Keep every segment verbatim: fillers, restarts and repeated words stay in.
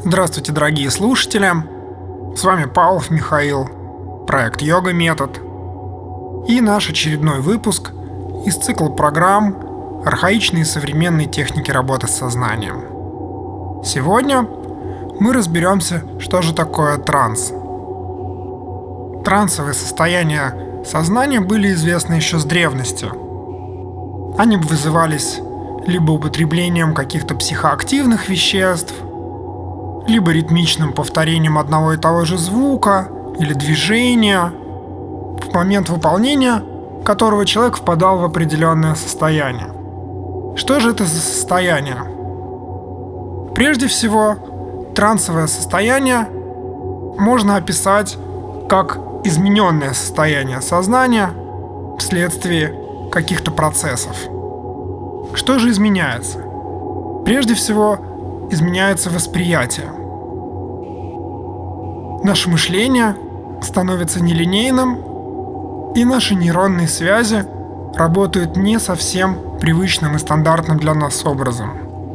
Здравствуйте, дорогие слушатели! С вами Павлов Михаил, проект «Йога Метод» и наш очередной выпуск из цикла программ «Архаичные и современные техники работы с сознанием». Сегодня мы разберемся, что же такое транс. Трансовые состояния сознания были известны еще с древности. Они вызывались либо употреблением каких-то психоактивных веществ, либо ритмичным повторением одного и того же звука или движения, в момент выполнения которого человек впадал в определенное состояние. Что же это за состояние? Прежде всего, трансовое состояние можно описать как измененное состояние сознания вследствие каких-то процессов. Что же изменяется? Прежде всего, изменяется восприятие. Наше мышление становится нелинейным, и наши нейронные связи работают не совсем привычным и стандартным для нас образом.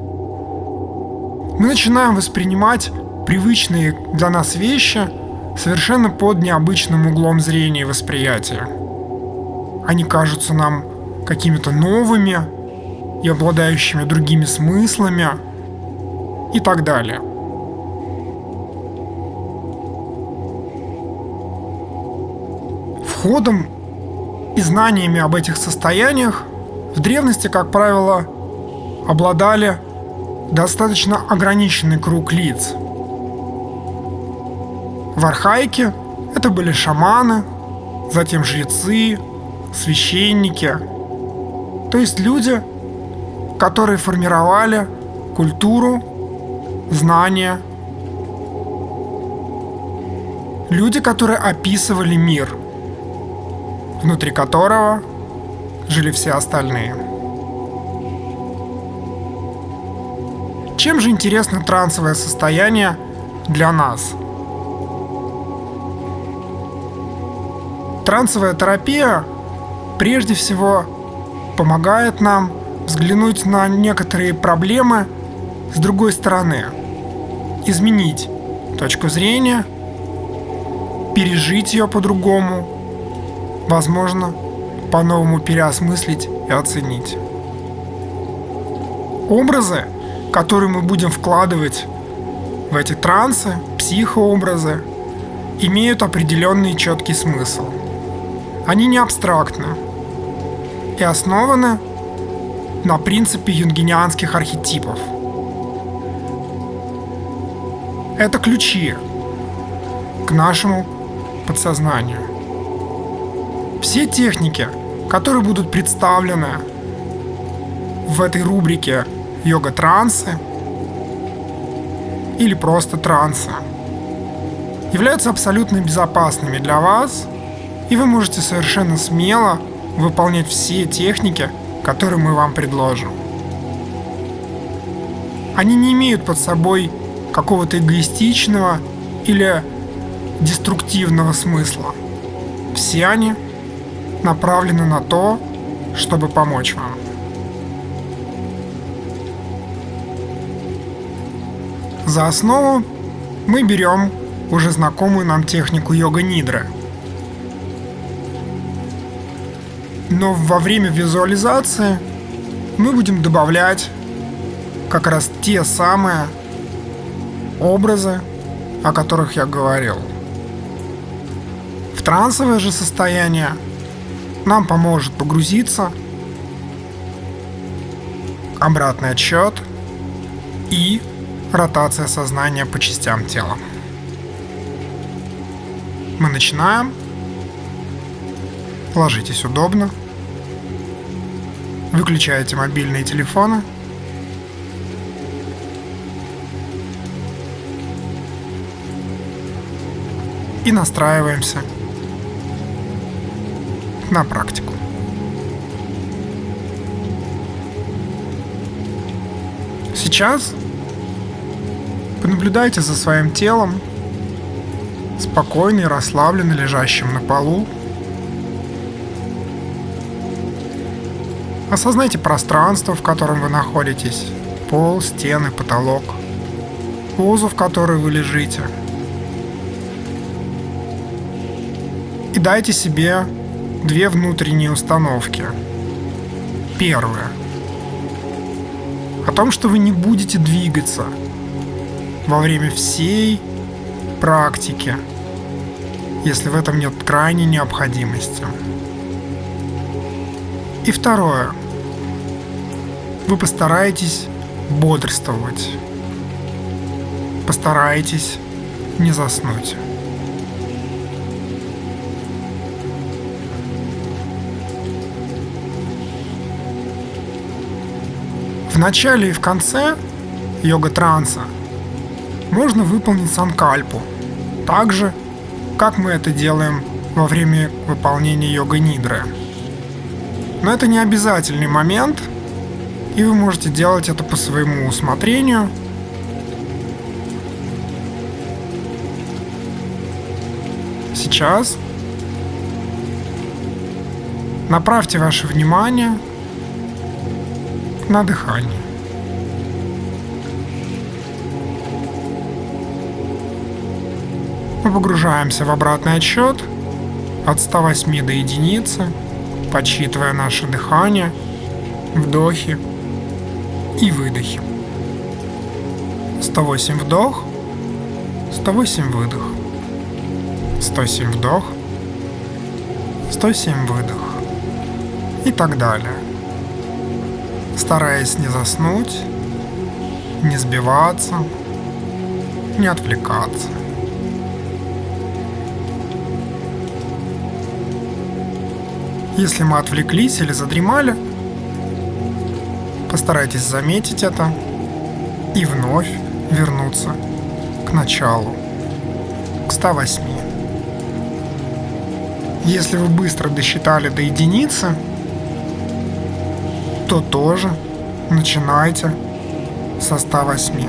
Мы начинаем воспринимать привычные для нас вещи совершенно под необычным углом зрения и восприятия. Они кажутся нам какими-то новыми и обладающими другими смыслами, и так далее. Входом и знаниями об этих состояниях в древности, как правило, обладали достаточно ограниченный круг лиц. В архаике это были шаманы, затем жрецы, священники, то есть люди, которые формировали культуру, знания. Люди, которые описывали мир, внутри которого жили все остальные. Чем же интересно трансовое состояние для нас? Трансовая терапия прежде всего помогает нам взглянуть на некоторые проблемы с другой стороны, изменить точку зрения, пережить ее по-другому, возможно, по-новому переосмыслить и оценить. Образы, которые мы будем вкладывать в эти трансы, психообразы, имеют определенный четкий смысл. Они не абстрактны и основаны на принципе юнгинианских архетипов. Это ключи к нашему подсознанию. Все техники, которые будут представлены в этой рубрике «Йога-трансы» или просто трансы, являются абсолютно безопасными для вас, и вы можете совершенно смело выполнять все техники, которые мы вам предложим. Они не имеют под собой какого-то эгоистичного или деструктивного смысла. Все они направлены на то, чтобы помочь вам. За основу мы берем уже знакомую нам технику йога-нидры. Но во время визуализации мы будем добавлять как раз те самые образы, о которых я говорил. В трансовое же состояние нам поможет погрузиться обратный отсчет и ротация сознания по частям тела. Мы начинаем. Ложитесь удобно. Выключайте мобильные телефоны. И настраиваемся на практику. Сейчас понаблюдайте за своим телом, спокойно и расслабленно лежащим на полу. Осознайте пространство, в котором вы находитесь, пол, стены, потолок. позу, в которой вы лежите. И дайте себе две внутренние установки. Первое. О том, что вы не будете двигаться во время всей практики, если в этом нет крайней необходимости. И второе. Вы постараетесь бодрствовать. Постарайтесь не заснуть. В начале и в конце йога-транса можно выполнить санкальпу, так же, как мы это делаем во время выполнения йога-нидры. Но это не обязательный момент, и вы можете делать это по своему усмотрению. Сейчас направьте ваше внимание на дыхание. Мы погружаемся в обратный отсчет от ста восьми до единицы, подсчитывая наше дыхание, вдохи и выдохи. сто восемь вдох, сто восемь выдох, сто семь вдох, сто семь выдох и так далее. Стараясь не заснуть, не сбиваться, не отвлекаться. Если мы отвлеклись или задремали, постарайтесь заметить это и вновь вернуться к началу, к ста восьми. Если вы быстро досчитали до единицы, то тоже начинайте со ста восьми.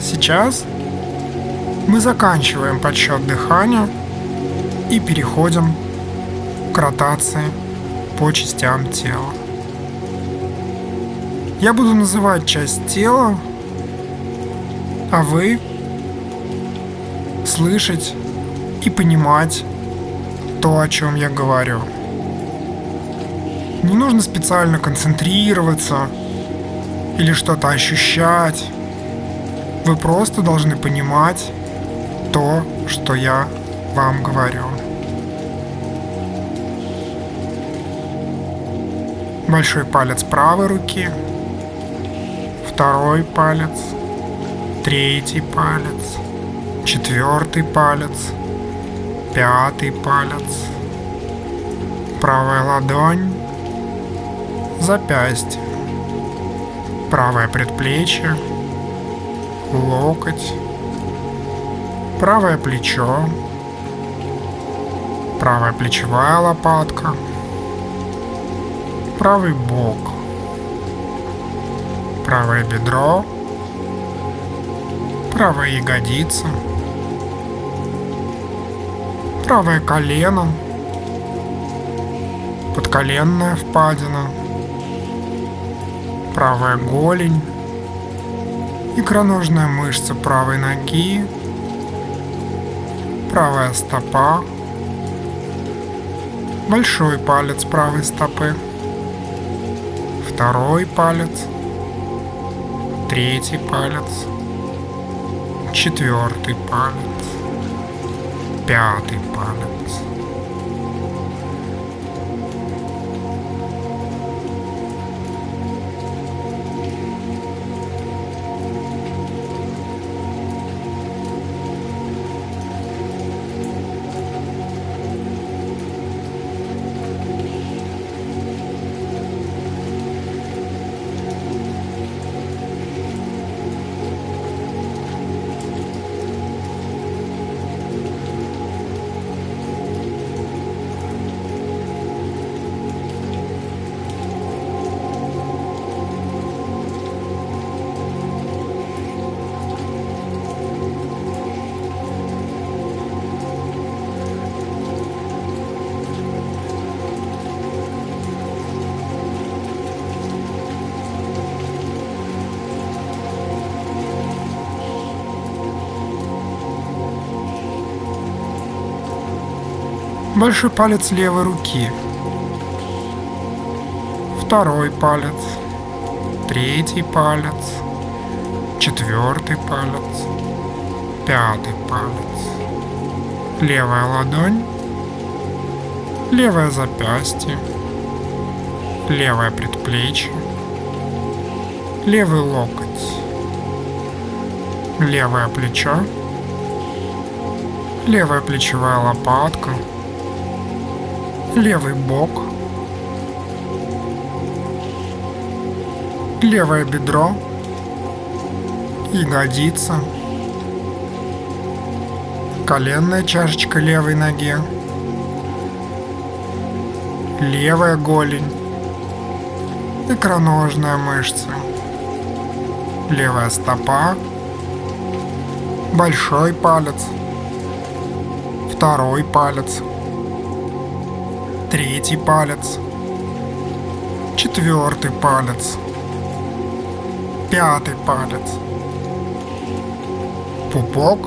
Сейчас мы заканчиваем подсчет дыхания и переходим к ротации по частям тела. Я буду называть часть тела, а вы слышать и понимать то, о чем я говорю. Не нужно специально концентрироваться или что-то ощущать. Вы просто должны понимать то, что я вам говорю. Большой палец правой руки, второй палец, третий палец, четвертый палец, пятый палец, правая ладонь, запястье, правое предплечье, локоть, правое плечо, правая плечевая лопатка, правый бок, правое бедро, правая ягодица, правое колено, подколенная впадина, правая голень, икроножная мышца правой ноги, правая стопа, большой палец правой стопы, второй палец, третий палец, четвертый палец, пятый палец. Большой палец левой руки, второй палец, третий палец, четвертый палец, пятый палец, левая ладонь, левое запястье, левое предплечье, левый локоть, левое плечо, левая плечевая лопатка, левый бок, левое бедро, ягодица, коленная чашечка левой ноги, левая голень, икроножная мышца, левая стопа, большой палец, второй палец, третий палец, четвертый палец, пятый палец, пупок,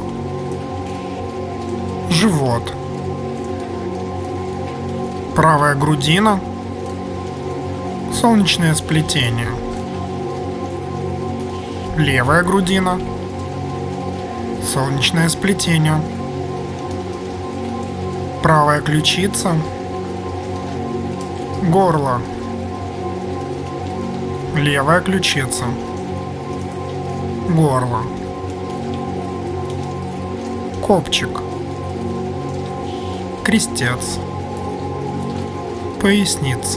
живот, правая грудина, солнечное сплетение, левая грудина, солнечное сплетение, правая ключица, горло, левая ключица, горло, копчик, крестец, поясница,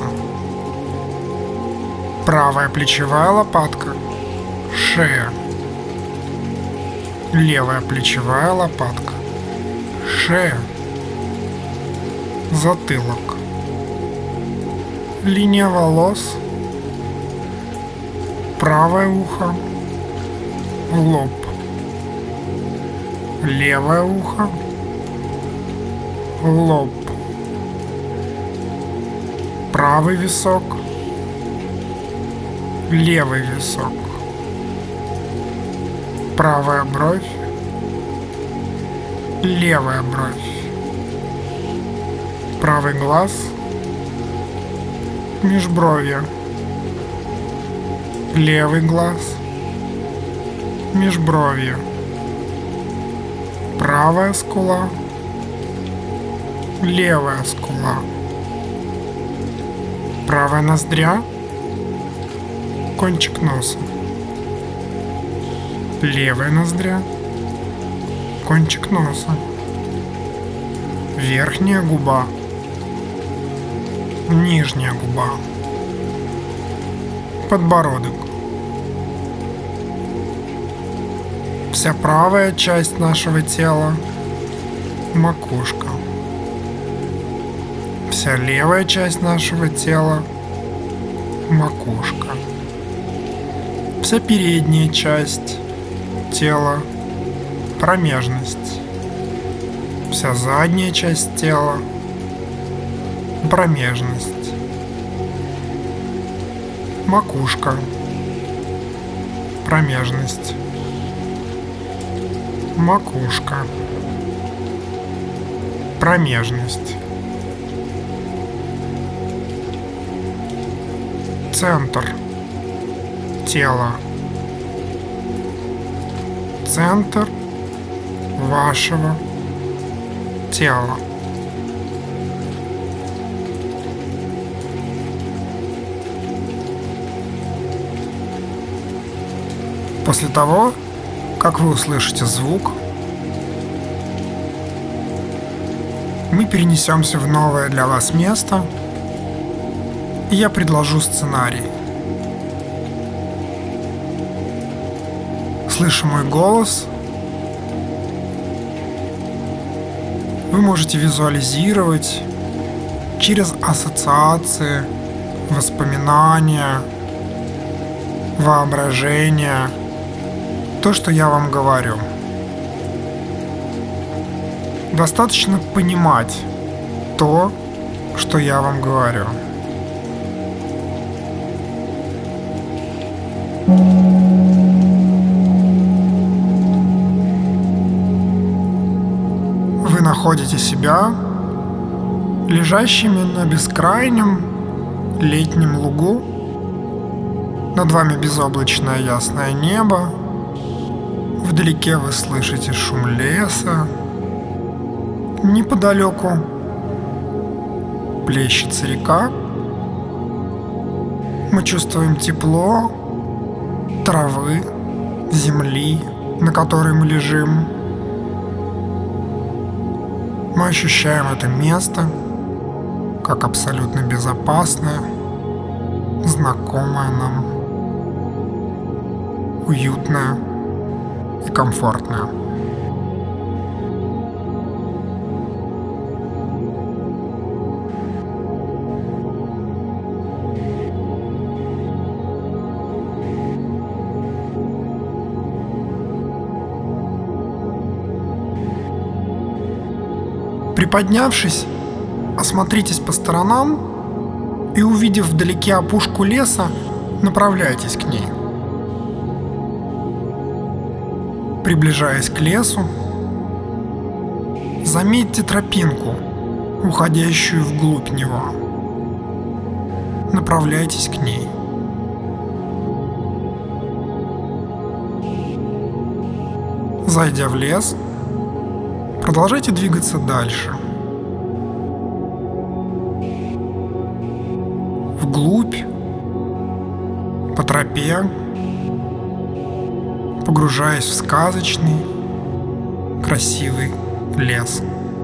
правая плечевая лопатка, шея, левая плечевая лопатка, шея, затылок, линия волос, правое ухо, лоб, левое ухо, лоб, правый висок, левый висок, правая бровь, левая бровь, правый глаз, межбровье, левый глаз, межбровье, правая скула, левая скула, правая ноздря, кончик носа, левая ноздря, кончик носа, верхняя губа, нижняя губа, подбородок. Вся правая часть нашего тела – макушка. Вся левая часть нашего тела – макушка. Вся передняя часть тела – промежность. Вся задняя часть тела – промежность. Макушка, промежность. Макушка, промежность. Центр тела. Центр вашего тела. После того, как вы услышите звук, мы перенесемся в новое для вас место, и я предложу сценарий. Слыша мой голос, вы можете визуализировать через ассоциации, воспоминания, воображение то, что я вам говорю. Достаточно понимать то, что я вам говорю. Вы находите себя лежащими на бескрайнем летнем лугу. Над вами безоблачное ясное небо. Вдалеке вы слышите шум леса. Неподалеку плещется река. Мы чувствуем тепло травы, земли, на которой мы лежим. Мы ощущаем это место как абсолютно безопасное, знакомое нам, уютное и комфортное. Приподнявшись, осмотритесь по сторонам и, увидев вдалеке опушку леса, направляйтесь к ней. Приближаясь к лесу, заметьте тропинку, уходящую вглубь него. Направляйтесь к ней. Зайдя в лес, продолжайте двигаться дальше. Вглубь, по тропе, погружаясь в сказочный, красивый лес.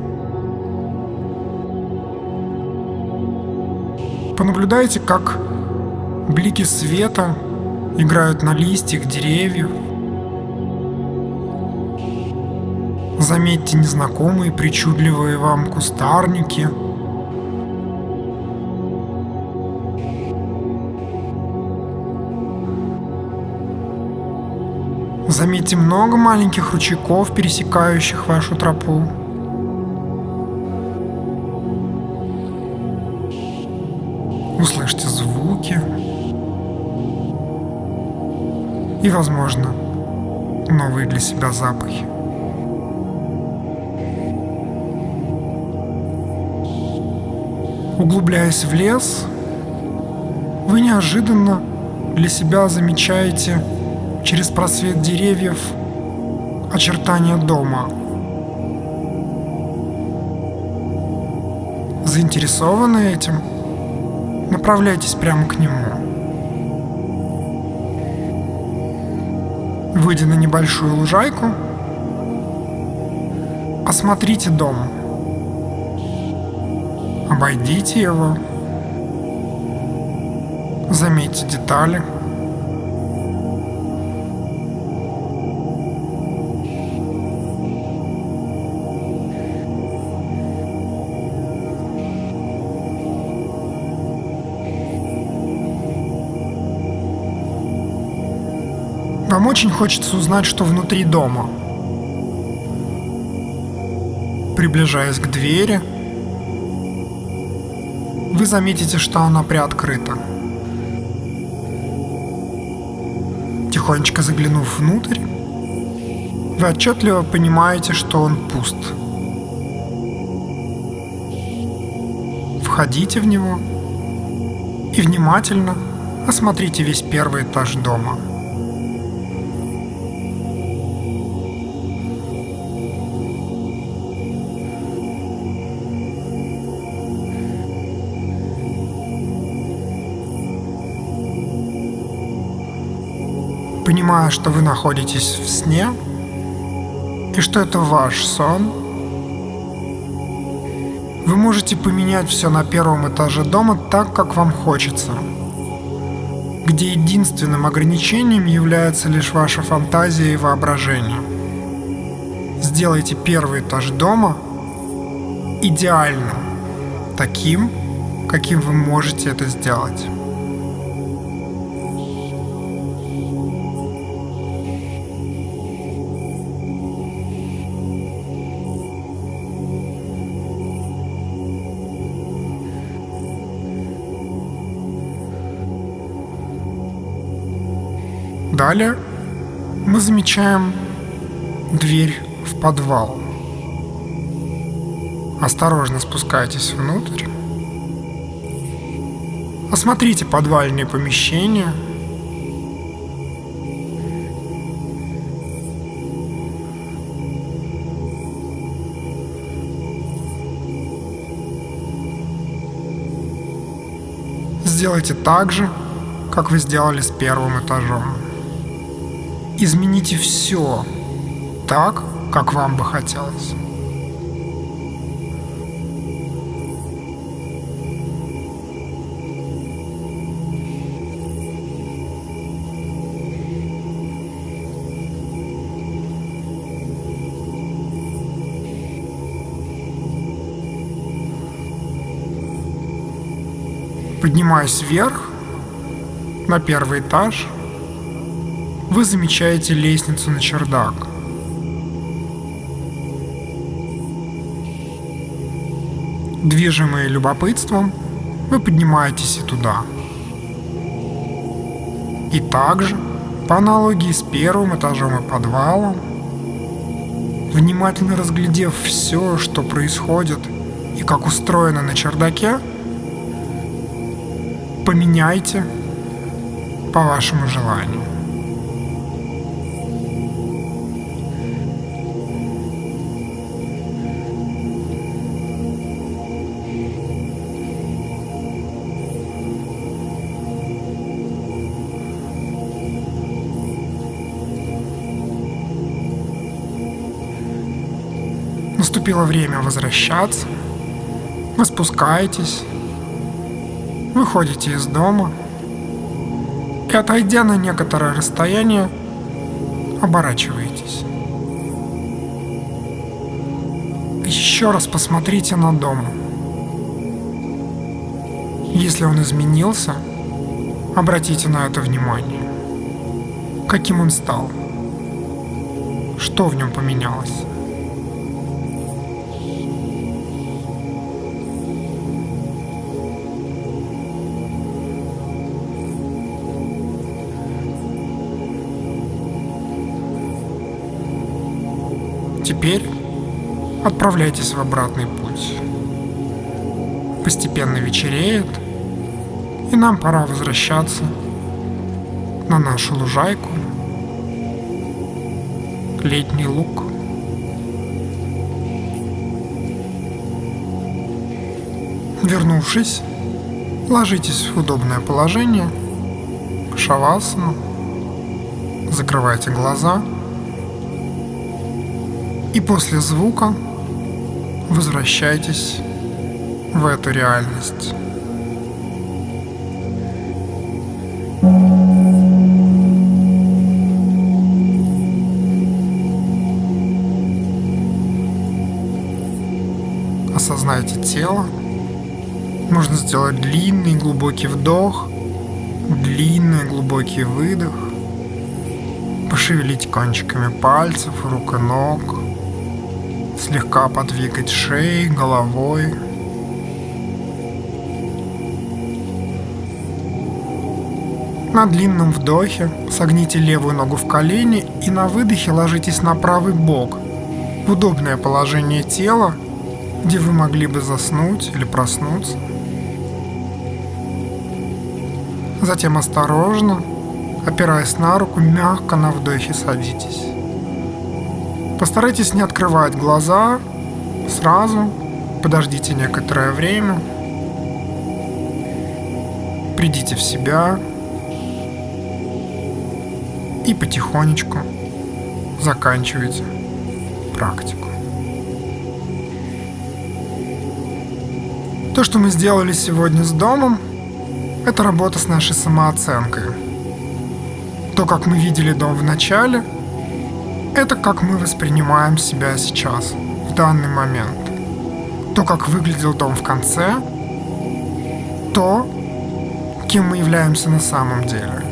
Понаблюдайте, как блики света играют на листьях деревьев. Заметьте незнакомые, причудливые вам кустарники. Заметьте много маленьких ручейков, пересекающих вашу тропу. Услышьте звуки и, возможно, новые для себя запахи. Углубляясь в лес, вы неожиданно для себя замечаете через просвет деревьев очертания дома. Заинтересованы этим? Направляйтесь прямо к нему. Выйдя на небольшую лужайку, осмотрите дом. Обойдите его. Заметьте детали. Вам очень хочется узнать, что внутри дома. Приближаясь к двери, вы заметите, что она приоткрыта. Тихонечко заглянув внутрь, вы отчетливо понимаете, что он пуст. Входите в него и внимательно осмотрите весь первый этаж дома. Понимая, что вы находитесь в сне и что это ваш сон, вы можете поменять все на первом этаже дома так, как вам хочется, где единственным ограничением является лишь ваша фантазия и воображение. Сделайте первый этаж дома идеальным, таким, каким вы можете это сделать. Далее мы замечаем дверь в подвал. Осторожно спускайтесь внутрь. Осмотрите подвальные помещения. Сделайте так же, как вы сделали с первым этажом. Измените все так, как вам бы хотелось. Поднимаясь вверх, на первый этаж, вы замечаете лестницу на чердак. Движимые любопытством, вы поднимаетесь и туда. И также, по аналогии с первым этажом и подвалом, внимательно разглядев все, что происходит и как устроено на чердаке, поменяйте по вашему желанию. Наступило время возвращаться. Вы спускаетесь, выходите из дома и, отойдя на некоторое расстояние, оборачиваетесь. Еще раз посмотрите на дом. Если он изменился, обратите на это внимание. Каким он стал? Что в нем поменялось? Теперь отправляйтесь в обратный путь. Постепенно вечереет, и нам пора возвращаться на нашу лужайку, летний луг. Вернувшись, ложитесь в удобное положение, шавасану, закрывайте глаза и после звука возвращайтесь в эту реальность. Осознайте тело. Можно сделать длинный глубокий вдох, длинный глубокий выдох. Пошевелить кончиками пальцев, рук и ног. Слегка подвигать шеей, головой. На длинном вдохе согните левую ногу в колени и на выдохе ложитесь на правый бок в удобное положение тела, где вы могли бы заснуть или проснуться. Затем осторожно, опираясь на руку, мягко на вдохе садитесь. Постарайтесь не открывать глаза сразу, подождите некоторое время, придите в себя и потихонечку заканчивайте практику. То, что мы сделали сегодня с домом, это работа с нашей самооценкой. То, как мы видели дом в начале, это как мы воспринимаем себя сейчас, в данный момент. То, как выглядел дом в конце, то, кем мы являемся на самом деле.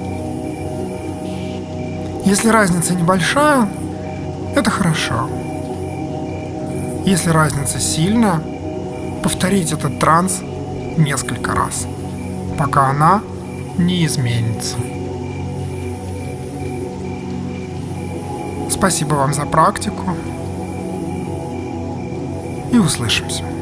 Если разница небольшая, это хорошо. Если разница сильная, повторить этот транс несколько раз, пока она не изменится. Спасибо вам за практику и услышимся.